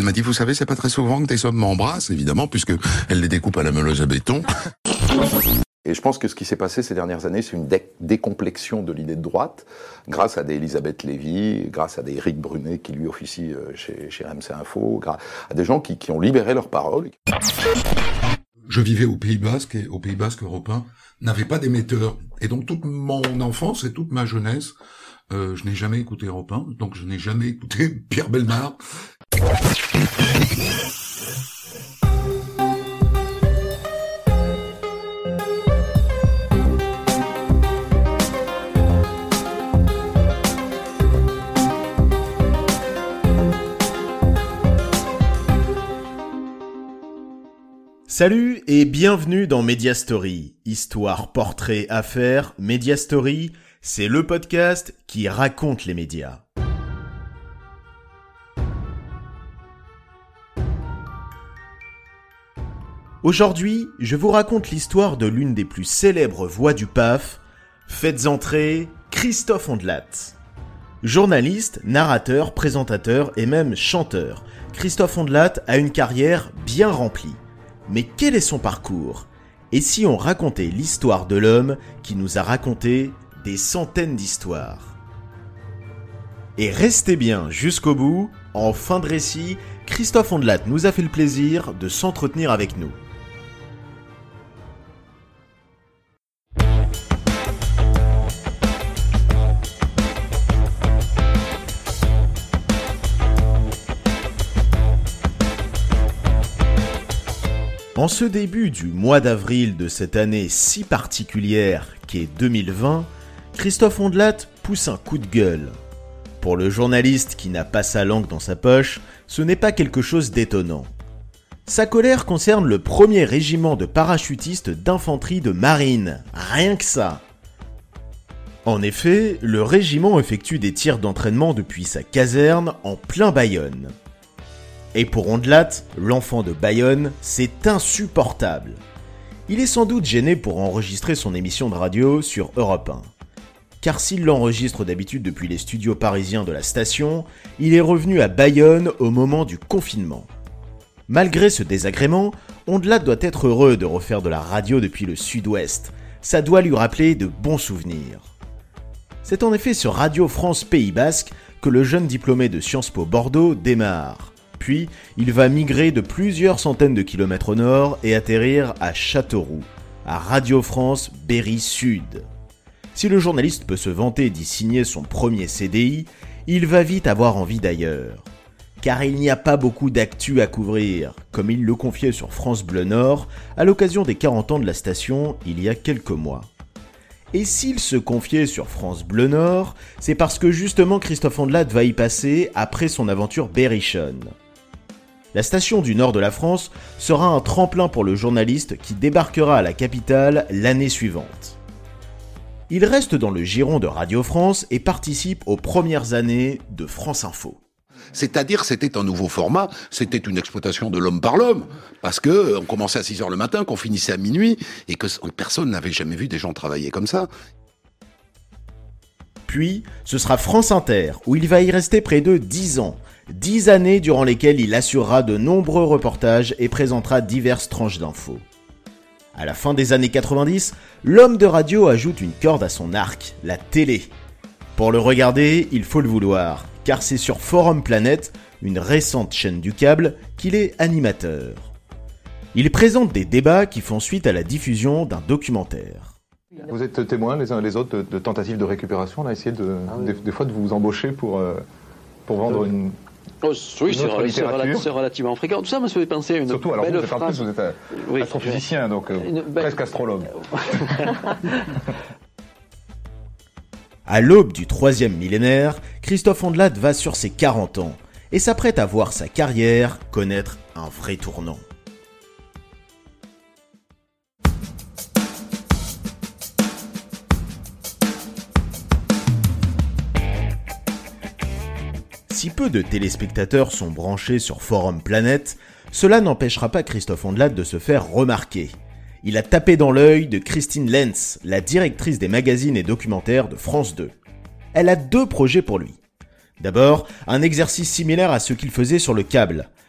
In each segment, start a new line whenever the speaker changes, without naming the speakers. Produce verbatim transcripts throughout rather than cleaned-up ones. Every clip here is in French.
m'a dit, vous savez, c'est pas très souvent que des hommes m'embrassent, évidemment, puisque elle les découpe à la meuleuse à béton.
Et je pense que ce qui s'est passé ces dernières années, c'est une dé- décomplexion de l'idée de droite, grâce à des Elisabeth Lévy, grâce à des Éric Brunet qui lui officie chez, chez R M C Info, grâce à des gens qui, qui ont libéré leurs paroles.
Je vivais au Pays Basque, et au Pays Basque, Europe un n'avait pas d'émetteur. Et donc toute mon enfance et toute ma jeunesse, euh, je n'ai jamais écouté Europe un, donc je n'ai jamais écouté Pierre Bellemare.
Salut et bienvenue dans Media Story. Histoire, portrait, affaires, Media Story, c'est le podcast qui raconte les médias. Aujourd'hui, je vous raconte l'histoire de l'une des plus célèbres voix du P A F. Faites entrer Christophe Ondelat. Journaliste, narrateur, présentateur et même chanteur, Christophe Ondelat a une carrière bien remplie. Mais quel est son parcours ? Et si on racontait l'histoire de l'homme qui nous a raconté des centaines d'histoires ? Et restez bien jusqu'au bout, en fin de récit, Christophe Ondelat nous a fait le plaisir de s'entretenir avec nous. En ce début du mois d'avril de cette année si particulière qu'est deux mille vingt, Christophe Ondelat pousse un coup de gueule. Pour le journaliste qui n'a pas sa langue dans sa poche, ce n'est pas quelque chose d'étonnant. Sa colère concerne le premier régiment de parachutistes d'infanterie de marine, rien que ça. En effet, le régiment effectue des tirs d'entraînement depuis sa caserne en plein Bayonne. Et pour Ondelat, l'enfant de Bayonne, c'est insupportable. Il est sans doute gêné pour enregistrer son émission de radio sur Europe un. Car s'il l'enregistre d'habitude depuis les studios parisiens de la station, il est revenu à Bayonne au moment du confinement. Malgré ce désagrément, Ondelat doit être heureux de refaire de la radio depuis le sud-ouest. Ça doit lui rappeler de bons souvenirs. C'est en effet sur Radio France Pays Basque que le jeune diplômé de Sciences Po Bordeaux démarre. Puis, il va migrer de plusieurs centaines de kilomètres au nord et atterrir à Châteauroux, à Radio France Berry Sud. Si le journaliste peut se vanter d'y signer son premier C D I, il va vite avoir envie d'ailleurs. Car il n'y a pas beaucoup d'actu à couvrir, comme il le confiait sur France Bleu Nord à l'occasion des quarante ans de la station il y a quelques mois. Et s'il se confiait sur France Bleu Nord, c'est parce que justement Christophe Ondelat va y passer après son aventure berrichonne. La station du nord de la France sera un tremplin pour le journaliste qui débarquera à la capitale l'année suivante. Il reste dans le giron de Radio France et participe aux premières années de France Info.
C'est-à-dire c'était un nouveau format, c'était une exploitation de l'homme par l'homme, parce que on commençait à six heures le matin, qu'on finissait à minuit, et que personne n'avait jamais vu des gens travailler comme ça.
Puis, ce sera France Inter, où il va y rester près de dix ans. dix années durant lesquelles il assurera de nombreux reportages et présentera diverses tranches d'infos. À la fin des années quatre-vingt-dix, l'homme de radio ajoute une corde à son arc, la télé. Pour le regarder, il faut le vouloir, car c'est sur Forum Planet, une récente chaîne du câble, qu'il est animateur. Il présente des débats qui font suite à la diffusion d'un documentaire.
Vous êtes témoins les uns et les autres de, de tentatives de récupération, on a essayé de, ah oui. des, des fois de vous embaucher pour, euh, pour vendre euh, une...
Oh, oui, c'est, rela- c'est relativement fréquent. Tout ça me fait penser à une
Surtout, alors
belle
vous,
phrase.
En plus, vous êtes oui, astrophysicien, donc euh, belle... presque astrologue.
À l'aube du troisième millénaire, Christophe Ondelat va sur ses quarante ans et s'apprête à voir sa carrière connaître un vrai tournant. Si peu de téléspectateurs sont branchés sur Forum Planet, cela n'empêchera pas Christophe Ondelat de se faire remarquer. Il a tapé dans l'œil de Christine Lenz, la directrice des magazines et documentaires de France deux. Elle a deux projets pour lui. D'abord, un exercice similaire à ce qu'il faisait sur le câble,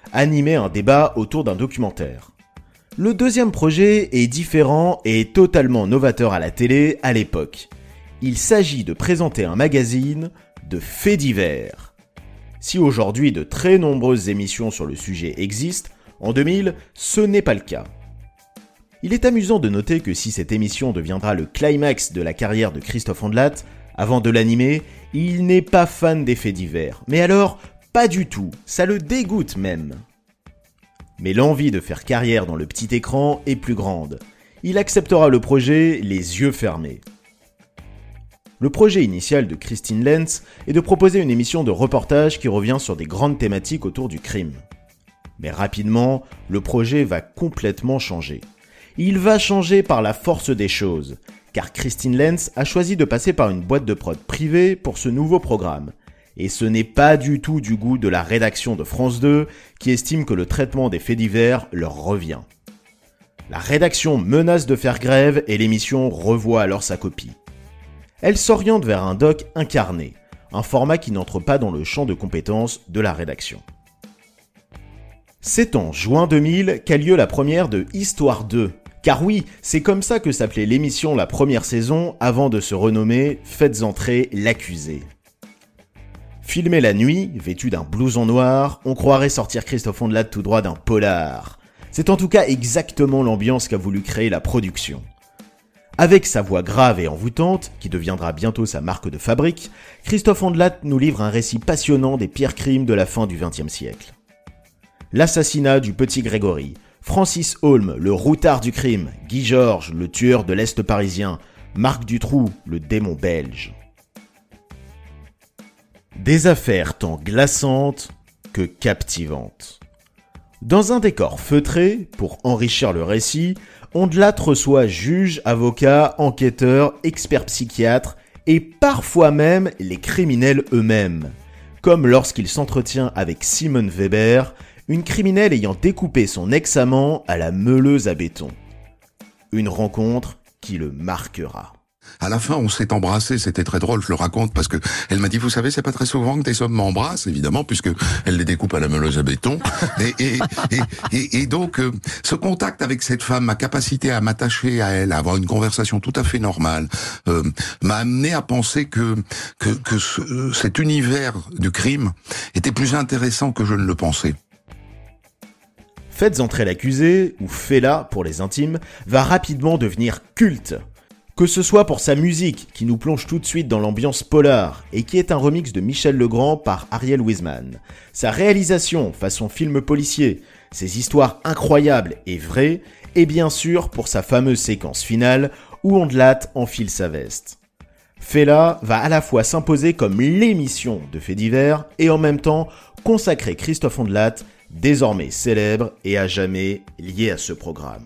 animer un débat autour d'un documentaire. Le deuxième projet est différent et totalement novateur à la télé à l'époque. Il s'agit de présenter un magazine de faits divers. Si aujourd'hui de très nombreuses émissions sur le sujet existent, en deux mille, ce n'est pas le cas. Il est amusant de noter que si cette émission deviendra le climax de la carrière de Christophe Ondelat, avant de l'animer, il n'est pas fan des faits divers. Mais alors, pas du tout, ça le dégoûte même. Mais l'envie de faire carrière dans le petit écran est plus grande. Il acceptera le projet les yeux fermés. Le projet initial de Christine Lenz est de proposer une émission de reportage qui revient sur des grandes thématiques autour du crime. Mais rapidement, le projet va complètement changer. Il va changer par la force des choses, car Christine Lenz a choisi de passer par une boîte de prod privée pour ce nouveau programme. Et ce n'est pas du tout du goût de la rédaction de France deux, qui estime que le traitement des faits divers leur revient. La rédaction menace de faire grève et l'émission revoit alors sa copie. Elle s'oriente vers un doc incarné, un format qui n'entre pas dans le champ de compétences de la rédaction. C'est en juin deux mille qu'a lieu la première de Histoire deux. Car oui, c'est comme ça que s'appelait l'émission la première saison avant de se renommer Faites entrer l'accusé. Filmé la nuit, vêtu d'un blouson noir, on croirait sortir Christophe Ondelat tout droit d'un polar. C'est en tout cas exactement l'ambiance qu'a voulu créer la production. Avec sa voix grave et envoûtante, qui deviendra bientôt sa marque de fabrique, Christophe Ondelat nous livre un récit passionnant des pires crimes de la fin du vingtième siècle. L'assassinat du petit Grégory, Francis Holm, le routard du crime, Guy Georges, le tueur de l'Est parisien, Marc Dutroux, le démon belge. Des affaires tant glaçantes que captivantes. Dans un décor feutré, pour enrichir le récit, Ondelat reçoit juges, avocats, enquêteurs, experts psychiatres et parfois même les criminels eux-mêmes, comme lorsqu'il s'entretient avec Simone Weber, une criminelle ayant découpé son ex-amant à la meuleuse à béton. Une rencontre qui le marquera.
À la fin, on s'est embrassé, c'était très drôle, je le raconte, parce que elle m'a dit, vous savez, c'est pas très souvent que des hommes m'embrassent, évidemment, puisque elle les découpe à la meuleuse à béton. Et, et, et, et, et donc, euh, ce contact avec cette femme, ma capacité à m'attacher à elle, à avoir une conversation tout à fait normale, euh, m'a amené à penser que que, que ce, cet univers du crime était plus intéressant que je ne le pensais.
Faites entrer l'accusé, ou Fela pour les intimes, va rapidement devenir culte. Que ce soit pour sa musique, qui nous plonge tout de suite dans l'ambiance polar, et qui est un remix de Michel Legrand par Ariel Wiesman, sa réalisation façon film policier, ses histoires incroyables et vraies, et bien sûr pour sa fameuse séquence finale où Ondelat enfile sa veste. Fela va à la fois s'imposer comme l'émission de faits divers, et en même temps consacrer Christophe Ondelat, désormais célèbre et à jamais lié à ce programme.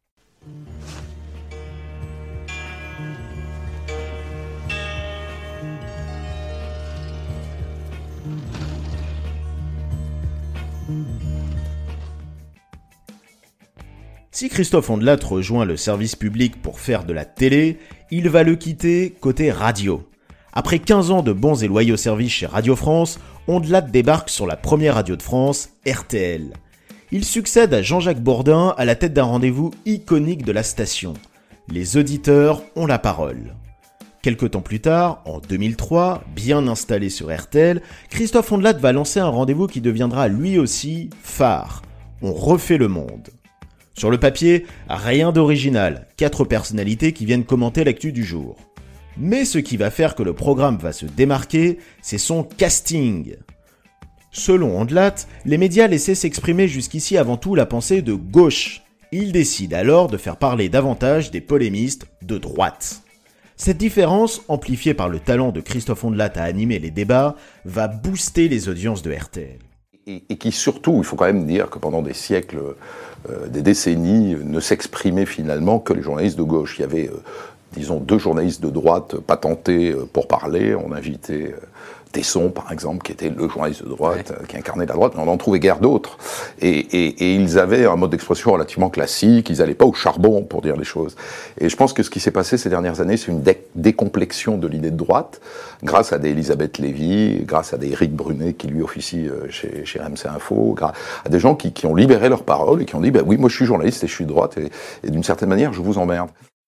Si Christophe Ondelat rejoint le service public pour faire de la télé, il va le quitter côté radio. Après quinze ans de bons et loyaux services chez Radio France, Ondelat débarque sur la première radio de France, R T L. Il succède à Jean-Jacques Bourdin à la tête d'un rendez-vous iconique de la station. Les auditeurs ont la parole. Quelque temps plus tard, en deux mille trois, bien installé sur R T L, Christophe Ondelat va lancer un rendez-vous qui deviendra lui aussi phare. On refait le monde. Sur le papier, rien d'original, quatre personnalités qui viennent commenter l'actu du jour. Mais ce qui va faire que le programme va se démarquer, c'est son casting. Selon Ondelat, les médias laissaient s'exprimer jusqu'ici avant tout la pensée de gauche. Il décide alors de faire parler davantage des polémistes de droite. Cette différence, amplifiée par le talent de Christophe Ondelat à animer les débats, va booster les audiences de R T L.
Et, et qui surtout, il faut quand même dire que pendant des siècles, euh, des décennies, ne s'exprimaient finalement que les journalistes de gauche. Il y avait, euh, disons, deux journalistes de droite patentés pour parler. On invitait euh, Tesson, par exemple, qui était le journaliste de droite, ouais. euh, qui incarnait la droite, mais on n'en trouvait guère d'autres. Et, et, et ils avaient un mode d'expression relativement classique, ils n'allaient pas au charbon pour dire les choses. Et je pense que ce qui s'est passé ces dernières années, c'est une dé- décomplexion de l'idée de droite, grâce à des Elisabeth Lévy, grâce à des Éric Brunet qui lui officie euh, chez, chez R M C Info, grâce à des gens qui, qui ont libéré leur parole et qui ont dit bah, « oui, moi je suis journaliste et je suis de droite et, et d'une certaine manière, je vous emmerde ».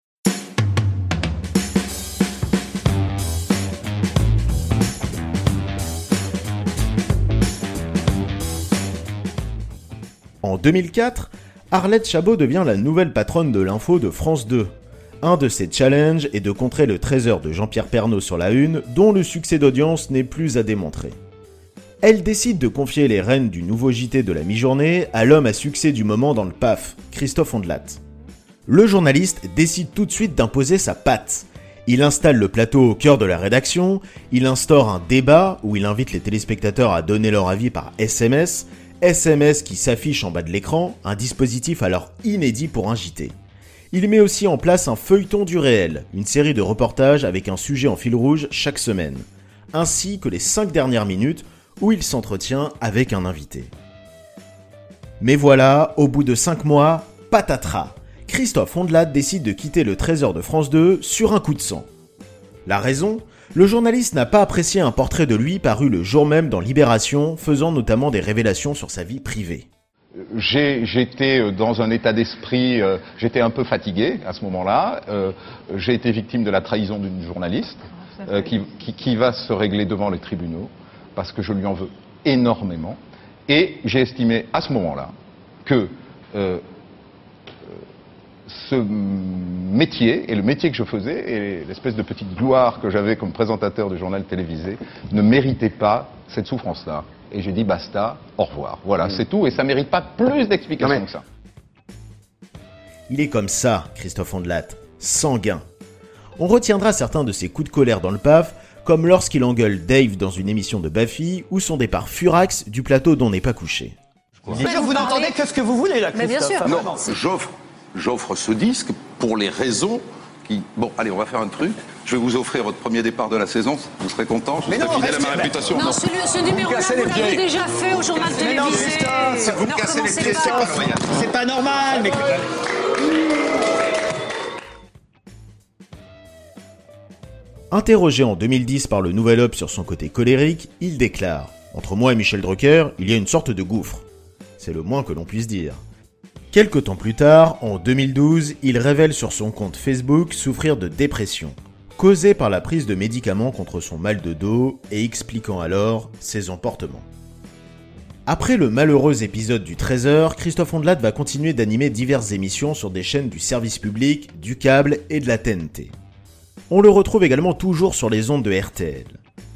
En deux mille quatre, Arlette Chabot devient la nouvelle patronne de l'info de France deux. Un de ses challenges est de contrer le treize heures de Jean-Pierre Pernaut sur la une, dont le succès d'audience n'est plus à démontrer. Elle décide de confier les rênes du nouveau J T de la mi-journée à l'homme à succès du moment dans le P A F, Christophe Ondelat. Le journaliste décide tout de suite d'imposer sa patte. Il installe le plateau au cœur de la rédaction, il instaure un débat où il invite les téléspectateurs à donner leur avis par S M S, S M S qui s'affiche en bas de l'écran, un dispositif alors inédit pour un J T. Il met aussi en place un feuilleton du réel, une série de reportages avec un sujet en fil rouge chaque semaine, ainsi que les cinq dernières minutes où il s'entretient avec un invité. Mais voilà, au bout de cinq mois, patatras, Christophe Ondelat décide de quitter le treize heures de France deux sur un coup de sang. La raison ? Le journaliste n'a pas apprécié un portrait de lui paru le jour même dans Libération, faisant notamment des révélations sur sa vie privée.
J'ai, j'étais dans un état d'esprit, euh, j'étais un peu fatigué à ce moment-là. Euh, j'ai été victime de la trahison d'une journaliste euh, qui, qui, qui va se régler devant les tribunaux parce que je lui en veux énormément. Et j'ai estimé à ce moment-là que euh, ce métier, et le métier que je faisais, et l'espèce de petite gloire que j'avais comme présentateur de journal télévisé, ne méritait pas cette souffrance-là. Et j'ai dit basta, au revoir. Voilà, mmh. c'est tout, et ça ne mérite pas plus d'explications que ça.
Il est comme ça, Christophe Ondelat, sanguin. On retiendra certains de ses coups de colère dans le P A F, comme lorsqu'il engueule Dave dans une émission de Baffy, ou son départ furax du plateau dont n'est pas couché.
Mais vous n'entendez que ce que vous voulez là, Christophe. Mais bien sûr.
Non, j'offre, j'offre ce disque pour les raisons qui... Bon, allez, on va faire un truc. Je vais vous offrir votre premier départ de la saison. Vous serez content. Je serai fidèle à ma réputation.
Non, ce, ce numéro-là, vous l'avez déjà fait au journal télévisé.
Non, Christophe,
vous me cassez les pieds, c'est pas normal.
C'est pas normal, mais...
Interrogé en deux mille dix par le Nouvel Obs sur son côté colérique, il déclare « Entre moi et Michel Drucker, il y a une sorte de gouffre. » C'est le moins que l'on puisse dire. Quelque temps plus tard, en deux mille douze, il révèle sur son compte Facebook souffrir de dépression, causée par la prise de médicaments contre son mal de dos et expliquant alors ses emportements. Après le malheureux épisode du treize heures, Christophe Ondelat va continuer d'animer diverses émissions sur des chaînes du service public, du câble et de la T N T. On le retrouve également toujours sur les ondes de R T L.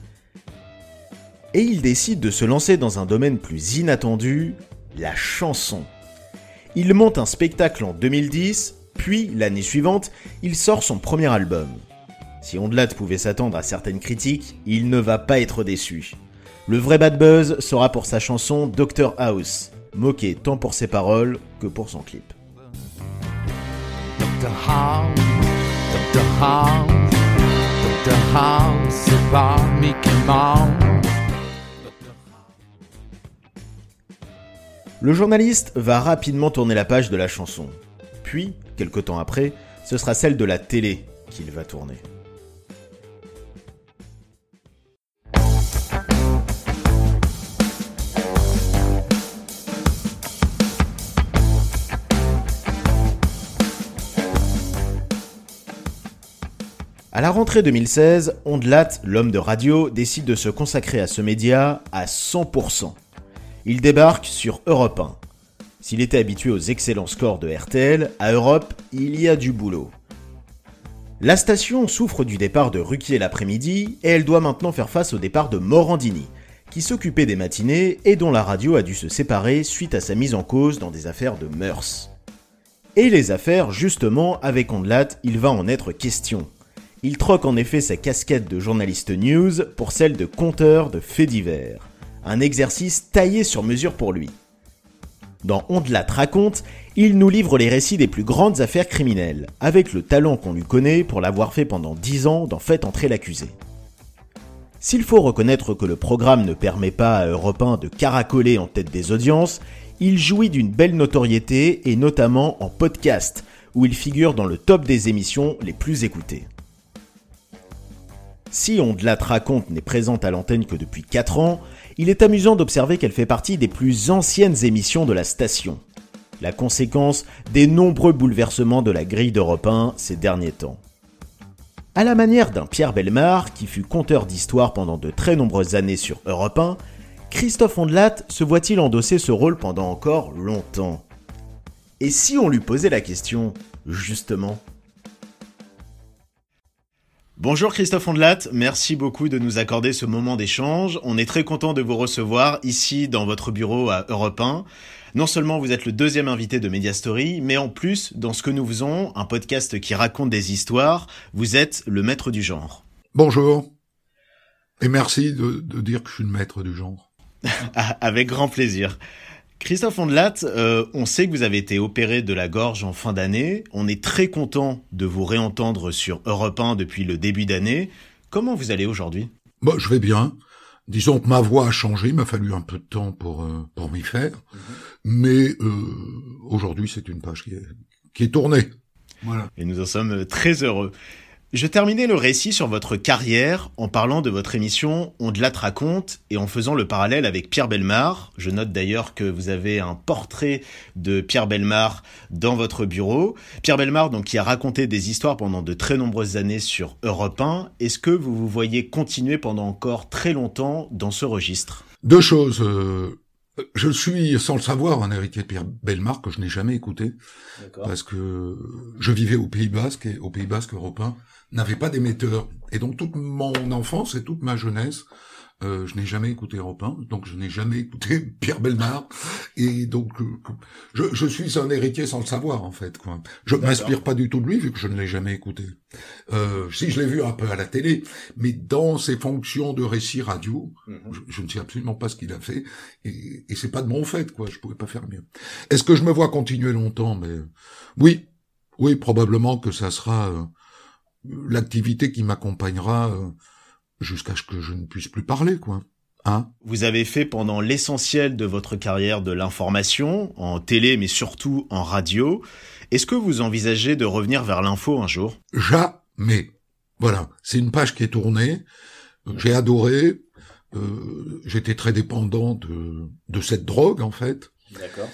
Et il décide de se lancer dans un domaine plus inattendu, la chanson. Il monte un spectacle en deux mille dix, puis, l'année suivante, il sort son premier album. Si Ondelat pouvait s'attendre à certaines critiques, il ne va pas être déçu. Le vrai bad buzz sera pour sa chanson Doctor House, moqué tant pour ses paroles que pour son clip. Doctor House, Doctor House, Doctor House, c'est pas Mickey Mouse. Le journaliste va rapidement tourner la page de la chanson. Puis, quelque temps après, ce sera celle de la télé qu'il va tourner. À la rentrée deux mille seize, Ondelat, l'homme de radio, décide de se consacrer à ce média à cent pour cent. Il débarque sur Europe un. S'il était habitué aux excellents scores de R T L, à Europe, il y a du boulot. La station souffre du départ de Ruquier l'après-midi et elle doit maintenant faire face au départ de Morandini, qui s'occupait des matinées et dont la radio a dû se séparer suite à sa mise en cause dans des affaires de mœurs. Et les affaires, justement, avec Ondelat, il va en être question. Il troque en effet sa casquette de journaliste news pour celle de conteur de faits divers. Un exercice taillé sur mesure pour lui. Dans Ondelat raconte, il nous livre les récits des plus grandes affaires criminelles, avec le talent qu'on lui connaît pour l'avoir fait pendant dix ans dans Faites entrer l'accusé. S'il faut reconnaître que le programme ne permet pas à Europe un de caracoler en tête des audiences, il jouit d'une belle notoriété et notamment en podcast, où il figure dans le top des émissions les plus écoutées. Si On de la te raconte n'est présente à l'antenne que depuis quatre ans, il est amusant d'observer qu'elle fait partie des plus anciennes émissions de la station. La conséquence des nombreux bouleversements de la grille d'Europe un ces derniers temps. À la manière d'un Pierre Bellemare, qui fut conteur d'histoire pendant de très nombreuses années sur Europe un, Christophe Ondelat se voit-il endosser ce rôle pendant encore longtemps ? Et si on lui posait la question, justement ? Bonjour Christophe Ondelat, merci beaucoup de nous accorder ce moment d'échange. On est très content de vous recevoir ici dans votre bureau à Europe un. Non seulement vous êtes le deuxième invité de Media Story, mais en plus, dans ce que nous faisons, un podcast qui raconte des histoires, vous êtes le maître du genre.
Bonjour, et merci de, de dire que je suis le maître du genre.
Avec grand plaisir. Christophe Ondelat, euh, on sait que vous avez été opéré de la gorge en fin d'année. On est très content de vous réentendre sur Europe un depuis le début d'année. Comment vous allez aujourd'hui ?
Bah, je vais bien. Disons que ma voix a changé, il m'a fallu un peu de temps pour euh, pour m'y faire, mmh. mais euh, aujourd'hui c'est une page qui est qui est tournée. Voilà.
Et nous en sommes très heureux. Je terminais le récit sur votre carrière en parlant de votre émission On de la te raconte et en faisant le parallèle avec Pierre Bellemare. Je note d'ailleurs que vous avez un portrait de Pierre Bellemare dans votre bureau. Pierre Bellemare, donc, qui a raconté des histoires pendant de très nombreuses années sur Europe un. Est-ce que vous vous voyez continuer pendant encore très longtemps dans ce registre ?
Deux choses. Euh, je suis, sans le savoir, un héritier de Pierre Bellemare que je n'ai jamais écouté. D'accord. Parce que je vivais au Pays Basque et au Pays Basque, Europe un n'avait pas d'émetteur. Et donc toute mon enfance et toute ma jeunesse, euh, je n'ai jamais écouté Europe un, donc je n'ai jamais écouté Pierre Bellemare. Et donc euh, je, je suis un héritier sans le savoir, en fait, quoi. Je ne m'inspire pas du tout de lui, vu que je ne l'ai jamais écouté. Euh, si je l'ai vu un peu à la télé, mais dans ses fonctions de récit radio, mm-hmm. je, je ne sais absolument pas ce qu'il a fait, et, et c'est pas de mon fait, quoi. Je pouvais pas faire mieux. Est-ce que je me vois continuer longtemps ? Mais oui, oui, probablement que ça sera euh, l'activité qui m'accompagnera euh, jusqu'à ce que je ne puisse plus parler, quoi. Hein ?
Vous avez fait pendant l'essentiel de votre carrière de l'information, en télé mais surtout en radio. Est-ce que vous envisagez de revenir vers l'info un jour ?
Jamais. Voilà, c'est une page qui est tournée. J'ai adoré. Euh, j'étais très dépendant de de cette drogue, en fait.
D'accord.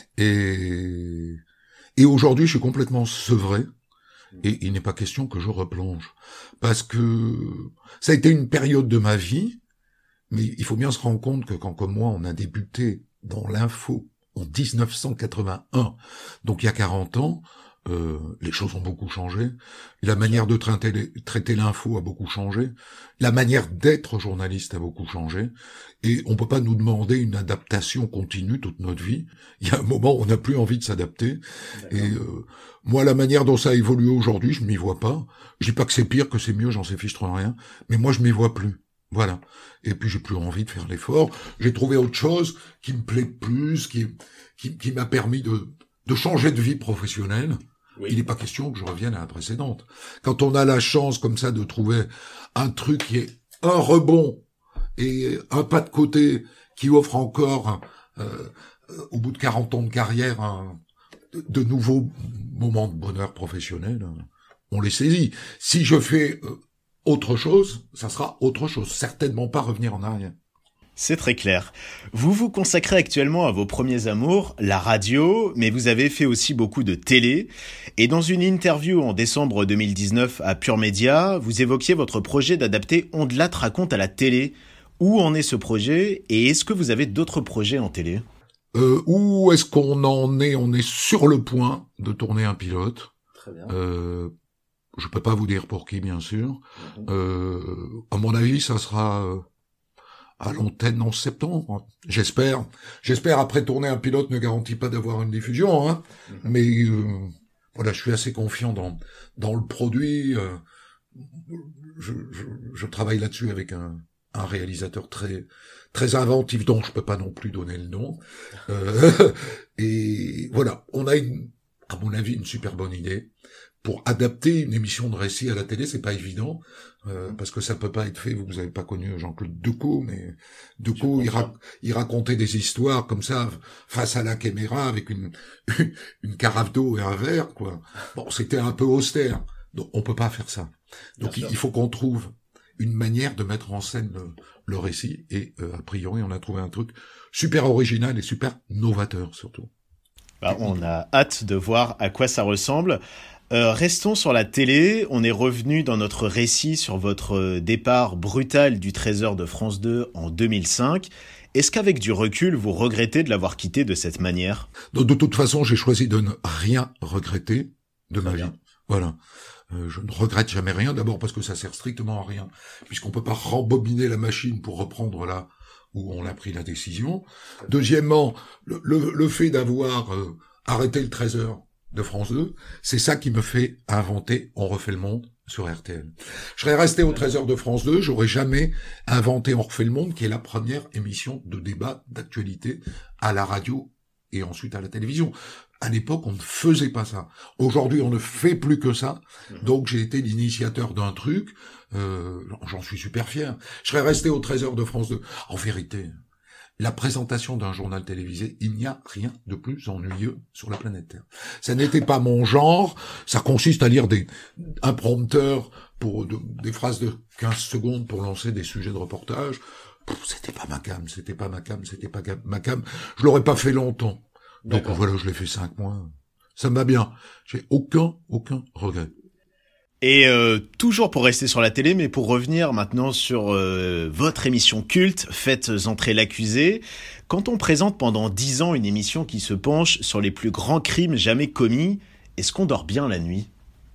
Et et aujourd'hui, je suis complètement sevré. Et il n'est pas question que je replonge. Parce que ça a été une période de ma vie, mais il faut bien se rendre compte que quand, comme moi, on a débuté dans l'info en dix-neuf cent quatre-vingt-un, donc il y a quarante ans, euh, les choses ont beaucoup changé. La manière de traiter, traiter l'info a beaucoup changé. La manière d'être journaliste a beaucoup changé. Et on peut pas nous demander une adaptation continue toute notre vie. Il y a un moment où on n'a plus envie de s'adapter. D'accord. Et euh, moi, la manière dont ça a évolué aujourd'hui, je m'y vois pas. Je dis pas que c'est pire, que c'est mieux, j'en sais fichtre rien. Mais moi, je m'y vois plus. Voilà. Et puis, j'ai plus envie de faire l'effort. J'ai trouvé autre chose qui me plaît plus, qui, qui, qui m'a permis de, de changer de vie professionnelle. Oui. Il n'est pas question que je revienne à la précédente. Quand on a la chance comme ça de trouver un truc qui est un rebond et un pas de côté qui offre encore, euh, au bout de quarante ans de carrière, un, de, de nouveaux moments de bonheur professionnel, on les saisit. Si je fais euh, autre chose, ça sera autre chose. Certainement pas revenir en arrière.
C'est très clair. Vous vous consacrez actuellement à vos premiers amours, la radio, mais vous avez fait aussi beaucoup de télé. Et dans une interview en décembre deux mille dix-neuf à Pure Média, vous évoquiez votre projet d'adapter On de la te raconte à la télé. Où en est ce projet et est-ce que vous avez d'autres projets en télé ?
euh, Où est-ce qu'on en est ? On est sur le point de tourner un pilote.
Très bien.
Euh, je peux pas vous dire pour qui, bien sûr. Mmh. Euh, à mon avis, ça sera... Euh, à l'antenne en septembre, j'espère. J'espère, après tourner un pilote ne garantit pas d'avoir une diffusion, hein. Mm-hmm. Mais euh, voilà, je suis assez confiant dans dans le produit. Euh, je, je, je travaille là-dessus avec un, un réalisateur très très inventif dont je peux pas non plus donner le nom. Euh, et voilà, on a une, à mon avis, une super bonne idée. pour adapter une émission de récit à la télé, c'est pas évident, euh, parce que ça peut pas être fait. Vous, vous avez pas connu Jean-Claude Decaux, mais Decaux, il, ra- il racontait des histoires comme ça face à la caméra avec une une carafe d'eau et un verre, quoi. Bon, c'était un peu austère, donc on peut pas faire ça. Donc il, il faut qu'on trouve une manière de mettre en scène le, le récit, et euh, a priori on a trouvé un truc super original et super novateur surtout.
Bah, on a hâte de voir à quoi ça ressemble. Euh, restons sur la télé. On est revenu dans notre récit sur votre départ brutal du treize heures de France deux en deux mille cinq. Est-ce qu'avec du recul, vous regrettez de l'avoir quitté de cette manière ?
De, de toute façon, j'ai choisi de ne rien regretter de ma vie. Voilà. Euh, je ne regrette jamais rien, d'abord parce que ça sert strictement à rien, puisqu'on peut pas rembobiner la machine pour reprendre là où on a pris la décision. Deuxièmement, le, le, le fait d'avoir euh, arrêté le treize heures de France deux, c'est ça qui me fait inventer On refait le monde sur R T L. Je serais resté au treize heures de France deux, j'aurais jamais inventé On refait le monde, qui est la première émission de débat d'actualité à la radio et ensuite à la télévision. À l'époque, on ne faisait pas ça. Aujourd'hui, on ne fait plus que ça. Donc, j'ai été l'initiateur d'un truc. Euh, j'en suis super fier. Je serais resté aux treize heures de France deux. En vérité, la présentation d'un journal télévisé, il n'y a rien de plus ennuyeux sur la planète Terre. Ça n'était pas mon genre. Ça consiste à lire des un prompteur pour de, des phrases de quinze secondes pour lancer des sujets de reportage. Pff, c'était pas ma cam, c'était pas ma cam, c'était pas ma cam. Je l'aurais pas fait longtemps. Donc D'accord. Voilà, je l'ai fait cinq mois. Ça me va bien. J'ai aucun, aucun regret.
Et euh, toujours pour rester sur la télé, mais pour revenir maintenant sur euh, votre émission culte, Faites entrer l'accusé. Quand on présente pendant dix ans une émission qui se penche sur les plus grands crimes jamais commis, est-ce qu'on dort bien la nuit ?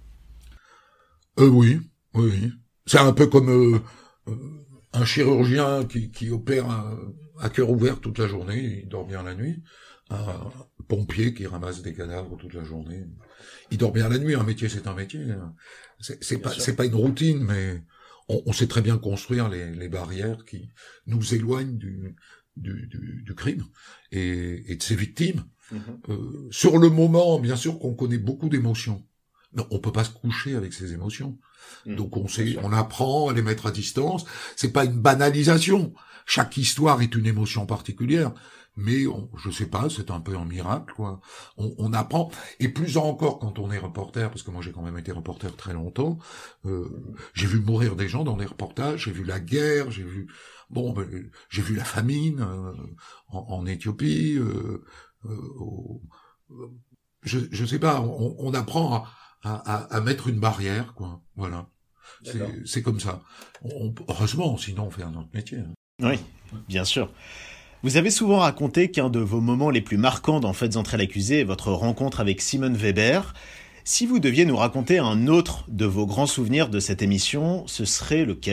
Euh, oui, oui, oui. C'est un peu comme euh, euh, un chirurgien qui, qui opère à, à cœur ouvert toute la journée, il dort bien la nuit. Un pompier qui ramasse des cadavres toute la journée, il dort bien la nuit. Un métier, c'est un métier. C'est, c'est pas, c'est pas une routine, mais on, on sait très bien construire les, les barrières qui nous éloignent du, du, du, du crime et, et de ses victimes. Mm-hmm. Euh, sur le moment, bien sûr qu'on connaît beaucoup d'émotions, mais on peut pas se coucher avec ces émotions. Mmh. Donc on sait, on apprend à les mettre à distance. C'est pas une banalisation. Chaque histoire est une émotion particulière. Mais on, je sais pas, c'est un peu un miracle, quoi. On, on apprend, et plus encore quand on est reporter, parce que moi j'ai quand même été reporter très longtemps. Euh, j'ai vu mourir des gens dans des reportages, j'ai vu la guerre, j'ai vu, bon, ben, j'ai vu la famine euh, en, en Éthiopie. Euh, euh, au, je, je sais pas, on, on apprend à, à, à mettre une barrière, quoi. Voilà, c'est, c'est comme ça. On, heureusement, sinon on fait un autre métier. Hein.
Oui, bien sûr. Vous avez souvent raconté qu'un de vos moments les plus marquants dans Faites entrer l'accusé est votre rencontre avec Simone Weber. Si vous deviez nous raconter un autre de vos grands souvenirs de cette émission, ce serait lequel ?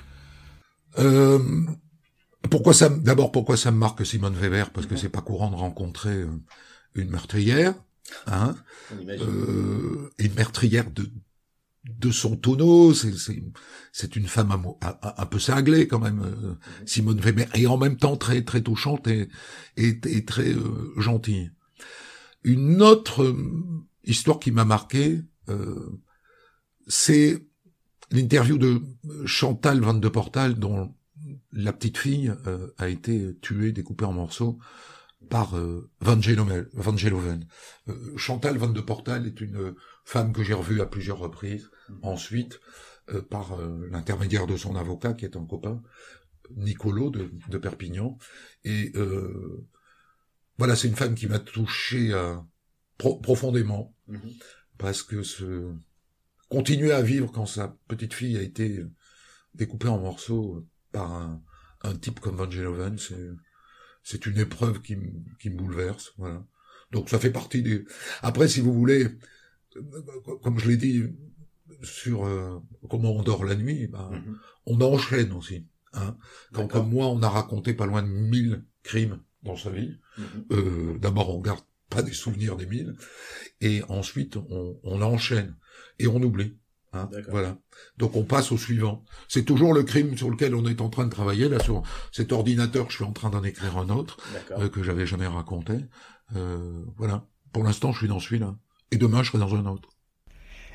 euh, pourquoi ça, D'abord, pourquoi ça me marque Simone Weber ? Parce que c'est pas courant de rencontrer une meurtrière, hein, euh, une meurtrière de de son tonneau, c'est, c'est, c'est une femme un, un, un peu cinglée quand même, euh, Simone Weber, et en même temps très très touchante et, et, et très euh, gentille. Une autre euh, histoire qui m'a marqué, euh, c'est l'interview de Chantal Van de Portal, dont la petite fille euh, a été tuée, découpée en morceaux par euh, Van Geloven. Euh, Chantal Van de Portal est une femme que j'ai revue à plusieurs reprises, ensuite euh, par euh, l'intermédiaire de son avocat, qui est un copain, Nicolo de, de Perpignan. Et euh, voilà, c'est une femme qui m'a touché euh, pro- profondément, mm-hmm. parce que ce continuer à vivre quand sa petite fille a été découpée en morceaux par un, un type comme Van Geloven, c'est c'est une épreuve qui me qui me bouleverse, voilà. Donc ça fait partie des. Après, si vous voulez, comme je l'ai dit sur euh, comment on dort la nuit, ben, mm-hmm. on enchaîne aussi. Hein. Quand D'accord. Comme moi, on a raconté pas loin de mille crimes dans sa vie. Mm-hmm. Euh, d'abord, on garde pas des souvenirs des mille, et ensuite on, on enchaîne et on oublie. Hein, voilà. Donc on passe au suivant. C'est toujours le crime sur lequel on est en train de travailler. Là, sur cet ordinateur, je suis en train d'en écrire un autre euh, que j'avais jamais raconté. Euh, voilà. Pour l'instant, je suis dans celui-là. Et demain, je serai dans un autre.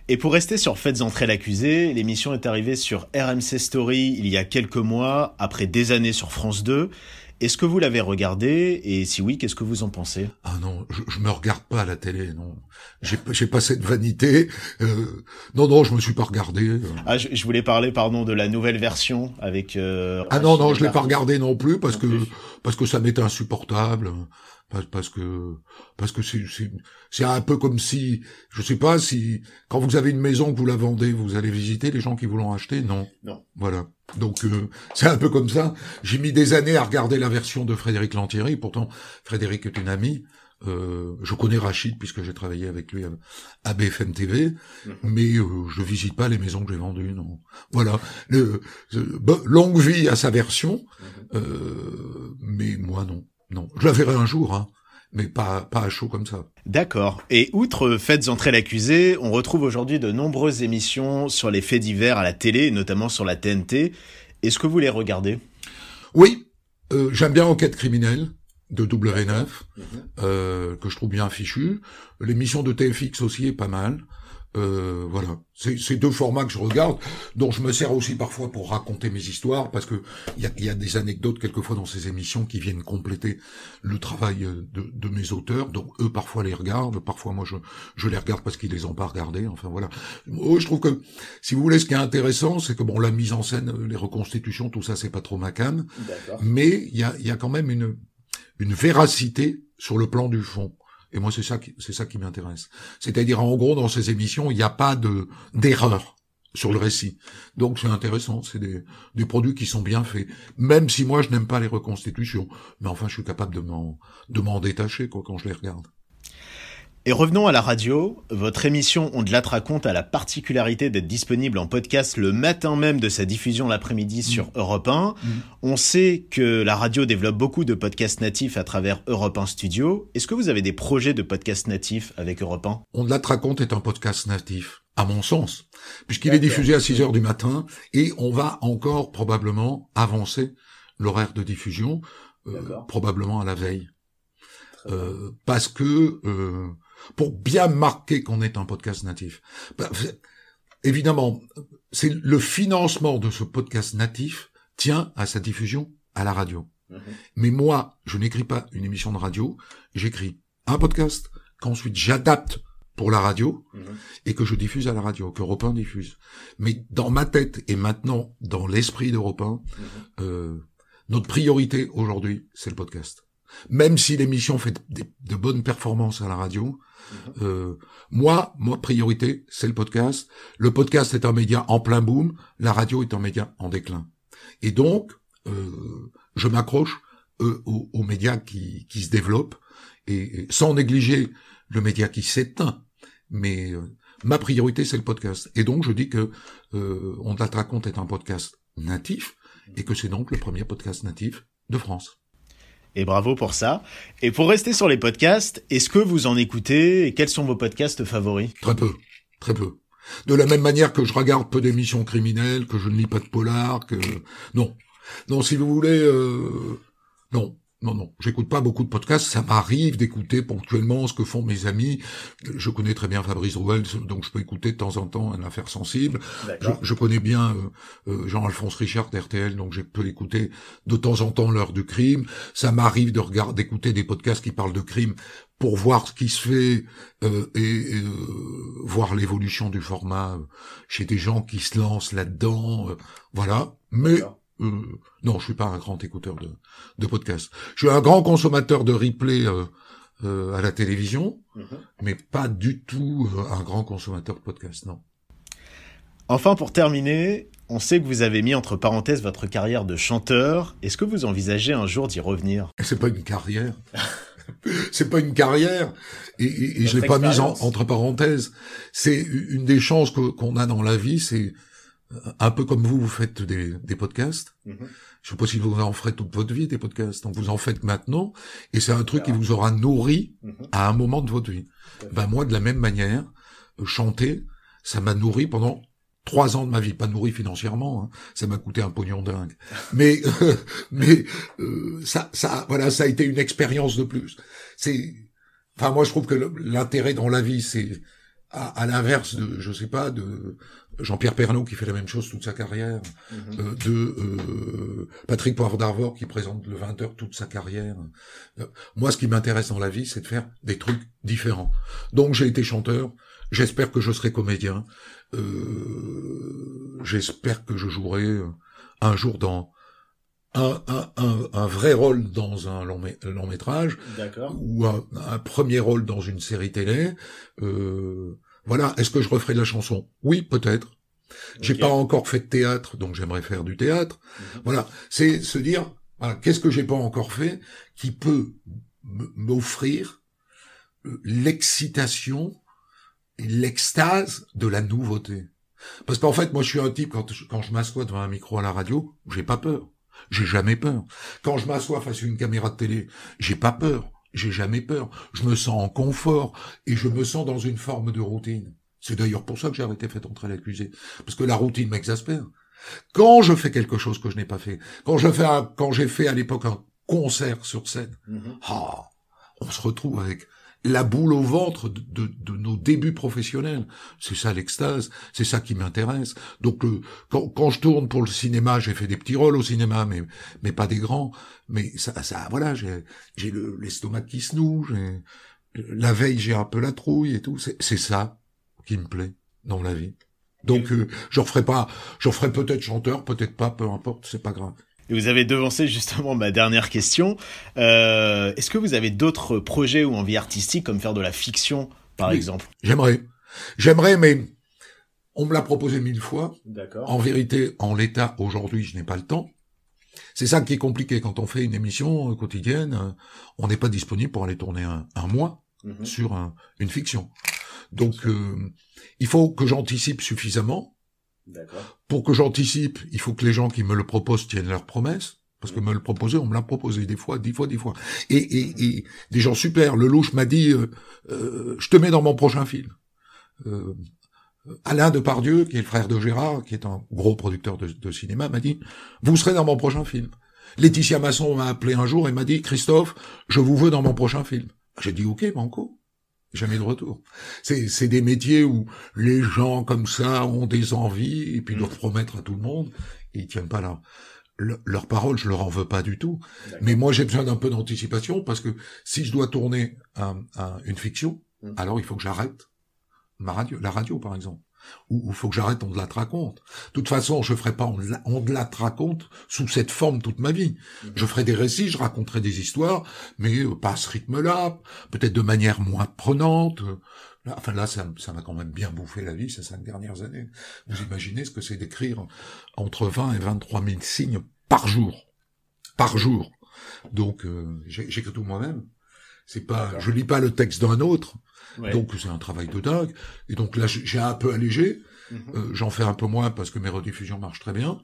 Et pour rester sur Faites entrer l'accusé, l'émission est arrivée sur R M C Story il y a quelques mois, après des années sur France deux. Est-ce que vous l'avez regardé? Et si oui, qu'est-ce que vous en pensez?
Ah non, je, je me regarde pas à la télé, non. J'ai, j'ai pas cette vanité. Euh, non, non, je me suis pas regardé. Euh.
Ah, je, je voulais parler, pardon, de la nouvelle version avec. Euh,
ah non, non, je l'ai pas regardé non plus parce
non
que
plus.
parce que ça m'est insupportable. Parce, parce que parce que c'est, c'est c'est un peu comme si, je sais pas, si quand vous avez une maison que vous la vendez, vous allez visiter les gens qui vous l'ont acheté. Non.
Non.
Voilà. Donc euh, c'est un peu comme ça. J'ai mis des années à regarder la version de Frédéric Lantieri. Pourtant, Frédéric est une amie. Euh, je connais Rachid puisque j'ai travaillé avec lui à, à B F M T V, mmh. mais euh, je visite pas les maisons que j'ai vendues. Non. Voilà. Le, le, longue vie à sa version, mmh. euh, mais moi non. Non. Je la verrai un jour, hein. Mais pas, pas à chaud comme ça.
D'accord. Et outre Faites entrer l'accusé, on retrouve aujourd'hui de nombreuses émissions sur les faits divers à la télé, notamment sur la T N T. Est-ce que vous les regardez?
Oui. Euh, j'aime bien Enquête criminelle de W neuf, mmh. euh, que je trouve bien fichu. L'émission de T F X aussi est pas mal. Euh, voilà, c'est, c'est deux formats que je regarde, dont je me sers aussi parfois pour raconter mes histoires, parce que il y a, y a des anecdotes quelquefois dans ces émissions qui viennent compléter le travail de, de mes auteurs, donc eux parfois les regardent, parfois moi je, je les regarde parce qu'ils les ont pas regardés, enfin voilà. Moi, je trouve que, si vous voulez, ce qui est intéressant, c'est que bon, la mise en scène, les reconstitutions, tout ça, c'est pas trop ma came, mais il y a, y a quand même une, une véracité sur le plan du fond. Et moi, c'est ça qui, c'est ça qui m'intéresse. C'est-à-dire, en gros, dans ces émissions, il n'y a pas de, d'erreur sur le récit. Donc, c'est intéressant. C'est des, des produits qui sont bien faits. Même si moi, je n'aime pas les reconstitutions. Mais enfin, je suis capable de m'en, de m'en détacher, quoi, quand je les regarde.
Et revenons à la radio. Votre émission On de la raconte a la particularité d'être disponible en podcast le matin même de sa diffusion l'après-midi mmh. sur Europe un. Mmh. On sait que la radio développe beaucoup de podcasts natifs à travers Europe un Studio. Est-ce que vous avez des projets de podcasts natifs avec Europe un?
On de la raconte est un podcast natif, à mon sens, puisqu'il D'accord. est diffusé à six heures du matin et on va encore probablement avancer l'horaire de diffusion, euh, probablement à la veille. Euh, parce que... Euh, pour bien marquer qu'on est un podcast natif. Bah, évidemment, c'est le financement de ce podcast natif tient à sa diffusion à la radio. Mmh. Mais moi, je n'écris pas une émission de radio, j'écris un podcast qu'ensuite j'adapte pour la radio mmh. et que je diffuse à la radio, qu'Europe un diffuse. Mais dans ma tête et maintenant dans l'esprit d'Europe un, mmh. euh, notre priorité aujourd'hui, c'est le podcast. Même si l'émission fait de, de bonnes performances à la radio, mmh. euh, moi, moi, priorité, c'est le podcast. Le podcast est un média en plein boom, la radio est un média en déclin. Et donc, euh, je m'accroche euh, aux, aux médias qui, qui se développent, et, et sans négliger le média qui s'éteint. Mais euh, ma priorité, c'est le podcast. Et donc, je dis que euh, On te la raconte est un podcast natif, et que c'est donc le premier podcast natif de France.
Et bravo pour ça. Et pour rester sur les podcasts, est-ce que vous en écoutez et quels sont vos podcasts favoris?
Très peu, très peu. De la même manière que je regarde peu d'émissions criminelles, que je ne lis pas de polar, que... Non. Non, si vous voulez... Euh... Non. Non, non, j'écoute pas beaucoup de podcasts, ça m'arrive d'écouter ponctuellement ce que font mes amis. Je connais très bien Fabrice Rouel, donc je peux écouter de temps en temps une affaire sensible. Je, je connais bien euh, euh, Jean-Alphonse Richard d'R T L, donc je peux l'écouter de temps en temps l'heure du crime. Ça m'arrive de regarder, d'écouter des podcasts qui parlent de crime pour voir ce qui se fait euh, et, et euh, voir l'évolution du format euh, chez des gens qui se lancent là-dedans. Euh, voilà, mais... D'accord. Euh, non, je suis pas un grand écouteur de, de podcasts. Je suis un grand consommateur de replay euh, euh, à la télévision, mm-hmm. mais pas du tout euh, un grand consommateur de podcasts, non.
Enfin, pour terminer, on sait que vous avez mis entre parenthèses votre carrière de chanteur. Est-ce que vous envisagez un jour d'y revenir?
C'est pas une carrière. C'est pas une carrière, et, et, et je l'ai pas mise en, entre parenthèses. C'est une des chances que, qu'on a dans la vie, c'est un peu comme vous, vous faites des, des podcasts. Mm-hmm. Je sais pas si vous en ferez toute votre vie, des podcasts. Donc vous en faites maintenant. Et c'est un truc qui vous aura nourri mm-hmm. à un moment de votre vie. Mm-hmm. Ben moi, de la même manière, euh, chanter, ça m'a nourri pendant trois ans de ma vie. Pas nourri financièrement, hein. Ça m'a coûté un pognon dingue. mais euh, mais euh, ça, ça, voilà, ça a été une expérience de plus. C'est, enfin moi, je trouve que le, l'intérêt dans la vie, c'est à, à l'inverse de, je sais pas, de Jean-Pierre Pernaut qui fait la même chose toute sa carrière, mm-hmm. euh, de euh, Patrick Poivre d'Arvor qui présente le vingt heures toute sa carrière. Euh, moi, ce qui m'intéresse dans la vie, c'est de faire des trucs différents. Donc, j'ai été chanteur. J'espère que je serai comédien. Euh, j'espère que je jouerai un jour dans un, un, un, un vrai rôle dans un long, long métrage,
D'accord.
ou un, un premier rôle dans une série télé. Euh, voilà. Est-ce que je referai de la chanson? Oui, peut-être. Okay. J'ai pas encore fait de théâtre, donc j'aimerais faire du théâtre. Mm-hmm. Voilà. C'est se dire, voilà, qu'est-ce que j'ai pas encore fait qui peut m'offrir l'excitation et l'extase de la nouveauté. Parce qu'en fait, moi, je suis un type, quand je, quand je m'assois devant un micro à la radio, j'ai pas peur. J'ai jamais peur. Quand je m'assois face à une caméra de télé, j'ai pas peur. J'ai jamais peur. Je me sens en confort et je me sens dans une forme de routine. C'est d'ailleurs pour ça que j'ai arrêté Faites entrer l'accusé. Parce que la routine m'exaspère. Quand je fais quelque chose que je n'ai pas fait, quand je fais un, quand j'ai fait à l'époque un concert sur scène, mm-hmm. ah, on se retrouve avec la boule au ventre de, de, de nos débuts professionnels. C'est ça l'extase, c'est ça qui m'intéresse. Donc euh, quand, quand je tourne pour le cinéma, j'ai fait des petits rôles au cinéma, mais mais pas des grands. Mais ça, ça voilà, j'ai j'ai le, l'estomac qui se noue. J'ai, la veille, j'ai un peu la trouille et tout. C'est, c'est ça qui me plaît dans la vie. Donc euh, j'en ferai pas, j'en ferai peut-être chanteur, peut-être pas, peu importe, c'est pas grave.
Et vous avez devancé justement ma dernière question. Euh, est-ce que vous avez d'autres projets ou envies artistiques comme faire de la fiction, par
oui,
exemple?
J'aimerais. J'aimerais, mais on me l'a proposé mille fois.
D'accord.
En vérité, en l'état, aujourd'hui, je n'ai pas le temps. C'est ça qui est compliqué. Quand on fait une émission quotidienne, on n'est pas disponible pour aller tourner un, un mois mm-hmm. sur un, une fiction. Donc, euh, il faut que j'anticipe suffisamment.
D'accord.
Pour que j'anticipe, il faut que les gens qui me le proposent tiennent leurs promesses. Parce que me le proposer, on me l'a proposé des fois, dix fois, dix fois. Et, et, et des gens super. Lelouch m'a dit, euh, euh, je te mets dans mon prochain film. Euh, Alain Depardieu, qui est le frère de Gérard, qui est un gros producteur de, de cinéma, m'a dit, vous serez dans mon prochain film. Laetitia Masson m'a appelé un jour et m'a dit, Christophe, je vous veux dans mon prochain film. J'ai dit, ok, banco. Jamais de retour. C'est, c'est des métiers où les gens comme ça ont des envies et puis mmh. doivent promettre à tout le monde et ils tiennent pas là. Le, leur parole, je leur en veux pas du tout. D'accord. Mais moi, j'ai besoin d'un peu d'anticipation parce que si je dois tourner un, un, une fiction, mmh. alors il faut que j'arrête ma radio, la radio par exemple. Ou il faut que j'arrête On de la te raconte. De toute façon, je ferai pas On de la, on de la te raconte sous cette forme toute ma vie. Mmh. Je ferai des récits, je raconterai des histoires, mais euh, pas à ce rythme-là, peut-être de manière moins prenante. Là, enfin là, ça, ça m'a quand même bien bouffé la vie ces cinq dernières années. Vous imaginez ce que c'est d'écrire entre vingt et vingt-trois mille signes par jour. Par jour. Donc, euh, j'écris tout moi-même. C'est pas, D'accord. je lis pas le texte d'un autre. Ouais. Donc c'est un travail de dingue. Et donc là, j'ai un peu allégé. Mm-hmm. Euh, j'en fais un peu moins parce que mes rediffusions marchent très bien.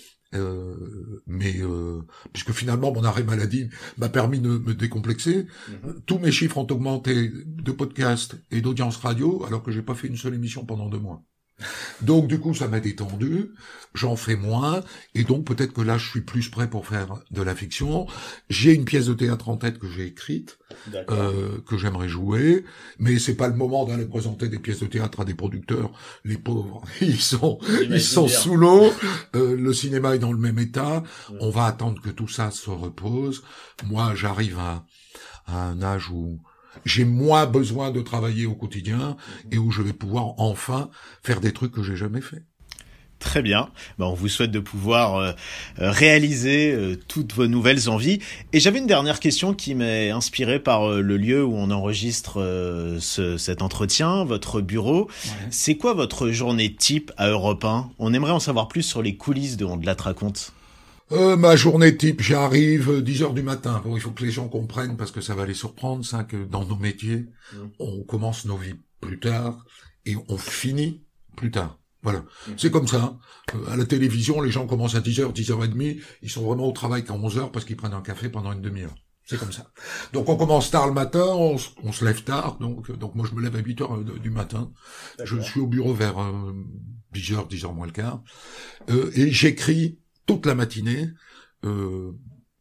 Euh, mais euh, puisque finalement mon arrêt maladie m'a permis de me décomplexer. Mm-hmm. Tous mes chiffres ont augmenté de podcast et d'audience radio alors que j'ai pas fait une seule émission pendant deux mois. Donc du coup ça m'a détendu, j'en fais moins et donc peut-être que là je suis plus prêt pour faire de la fiction. J'ai une pièce de théâtre en tête que j'ai écrite, euh, que j'aimerais jouer, mais c'est pas le moment d'aller présenter des pièces de théâtre à des producteurs. Les pauvres, ils sont ils sont bien. Sous l'eau. Euh, le cinéma est dans le même état. Ouais. On va attendre que tout ça se repose. Moi j'arrive à, à un âge où j'ai moins besoin de travailler au quotidien et où je vais pouvoir enfin faire des trucs que j'ai jamais fait.
Très bien. Ben, on vous souhaite de pouvoir euh, réaliser euh, toutes vos nouvelles envies. Et j'avais une dernière question qui m'est inspirée par euh, le lieu où on enregistre euh, ce, cet entretien, votre bureau. Ouais. C'est quoi votre journée type à Europe un ? On aimerait en savoir plus sur les coulisses de On de la te raconte.
Euh, ma journée type, j'arrive dix heures du matin. Bon, il faut que les gens comprennent parce que ça va les surprendre, ça, que dans nos métiers, mmh. on commence nos vies plus tard et on finit plus tard. Voilà. Mmh. C'est comme ça. Euh, à la télévision, les gens commencent à dix heures, dix heures trente. Ils sont vraiment au travail qu'à onze heures parce qu'ils prennent un café pendant une demi-heure. C'est comme ça. Donc on commence tard le matin, on, on se lève tard. Donc, donc moi je me lève à huit heures du matin. D'accord. Je suis au bureau vers euh, dix heures, dix heures moins le quart. Euh, et j'écris toute la matinée, euh,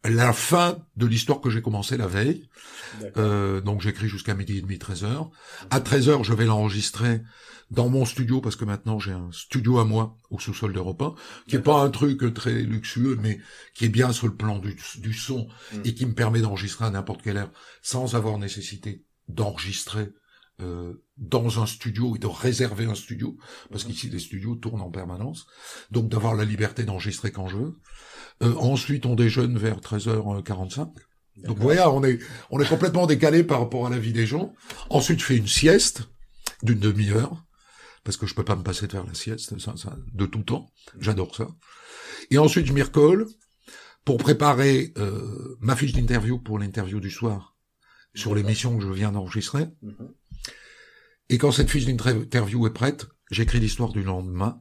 la fin de l'histoire que j'ai commencé la veille. Euh, donc j'écris jusqu'à midi et demi, treize heures. À treize heures, je vais l'enregistrer dans mon studio, parce que maintenant j'ai un studio à moi au sous-sol d'Europe un, qui est pas un truc très luxueux, mais qui est bien sur le plan du, du son, mmh. et qui me permet d'enregistrer à n'importe quelle heure, sans avoir nécessité d'enregistrer euh, dans un studio et de réserver un studio, parce mmh. qu'ici les studios tournent en permanence, donc d'avoir la liberté d'enregistrer quand je veux. Euh, ensuite, on déjeune vers treize heures quarante-cinq. D'accord. Donc voilà, on est on est complètement décalé par rapport à la vie des gens. Ensuite, je fais une sieste d'une demi-heure, parce que je peux pas me passer de faire la sieste, ça, ça, de tout temps. J'adore ça. Et ensuite, je m'y recolle pour préparer euh, ma fiche d'interview pour l'interview du soir sur l'émission que je viens d'enregistrer. Mm-hmm. Et quand cette fiche d'interview est prête, j'écris l'histoire du lendemain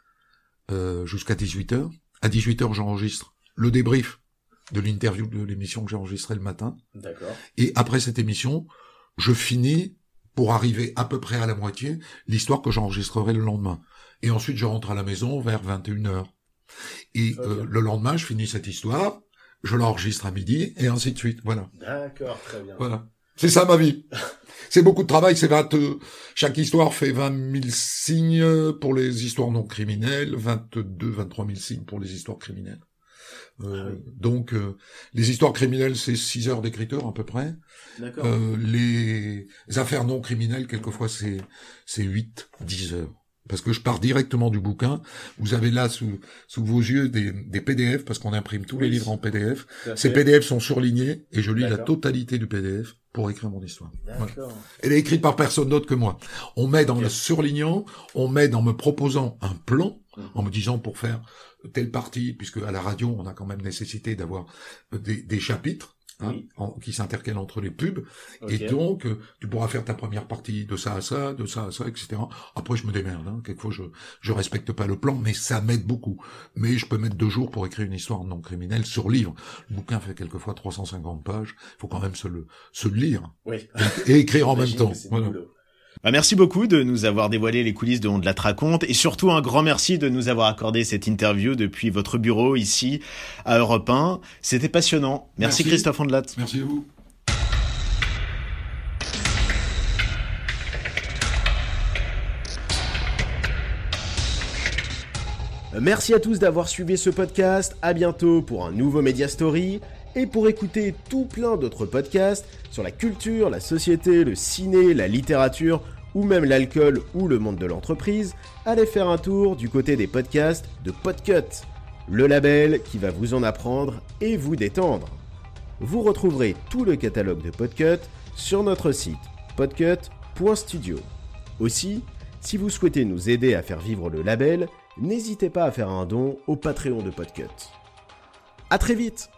euh, jusqu'à dix-huit heures. À dix-huit heures, j'enregistre le débrief de l'interview de l'émission que j'ai enregistrée le matin. D'accord. Et après cette émission, je finis, pour arriver à peu près à la moitié, l'histoire que j'enregistrerai le lendemain. Et ensuite, je rentre à la maison vers vingt et une heures. Et okay. euh, le lendemain, je finis cette histoire, je l'enregistre à midi, et ainsi de suite. Voilà.
D'accord, très bien.
Voilà. C'est ça ma vie. C'est beaucoup de travail, c'est vingt, euh, chaque histoire fait vingt mille signes pour les histoires non criminelles, vingt-deux, vingt-trois mille signes pour les histoires criminelles. Euh, ah oui. Donc, euh, les histoires criminelles, c'est six heures d'écriture à peu près. D'accord. Euh, les affaires non criminelles, quelquefois, c'est, c'est huit, dix heures. Parce que je pars directement du bouquin. Vous avez là sous, sous vos yeux des, des P D F, parce qu'on imprime tous oui. les livres en P D F. Ces P D F sont surlignés, et je lis D'accord. la totalité du P D F pour écrire mon histoire. Voilà. Elle est écrite par personne d'autre que moi. On met dans okay. le surlignant, on met dans me proposant un plan, mmh. en me disant pour faire telle partie, puisque à la radio, on a quand même nécessité d'avoir des, des chapitres, hein, oui. en, qui s'intercalent entre les pubs, okay. et donc, euh, tu pourras faire ta première partie de ça à ça, de ça à ça, et cetera. Après, je me démerde, hein. Quelquefois, je, je respecte pas le plan, mais ça m'aide beaucoup. Mais je peux mettre deux jours pour écrire une histoire non criminelle sur livre. Le bouquin fait quelquefois trois cent cinquante pages. Il faut quand même se le, se le lire. Oui. Et, et écrire en même temps. Voilà.
Bah merci beaucoup de nous avoir dévoilé les coulisses de On de la raconte, et surtout un grand merci de nous avoir accordé cette interview depuis votre bureau ici à Europe un. C'était passionnant. Merci, merci. Christophe Ondelat.
Merci à vous.
Merci à tous d'avoir suivi ce podcast. À bientôt pour un nouveau Media Story. Et pour écouter tout plein d'autres podcasts sur la culture, la société, le ciné, la littérature ou même l'alcool ou le monde de l'entreprise, allez faire un tour du côté des podcasts de Podcut, le label qui va vous en apprendre et vous détendre. Vous retrouverez tout le catalogue de Podcut sur notre site podcut point studio. Aussi, si vous souhaitez nous aider à faire vivre le label, n'hésitez pas à faire un don au Patreon de Podcut. À très vite!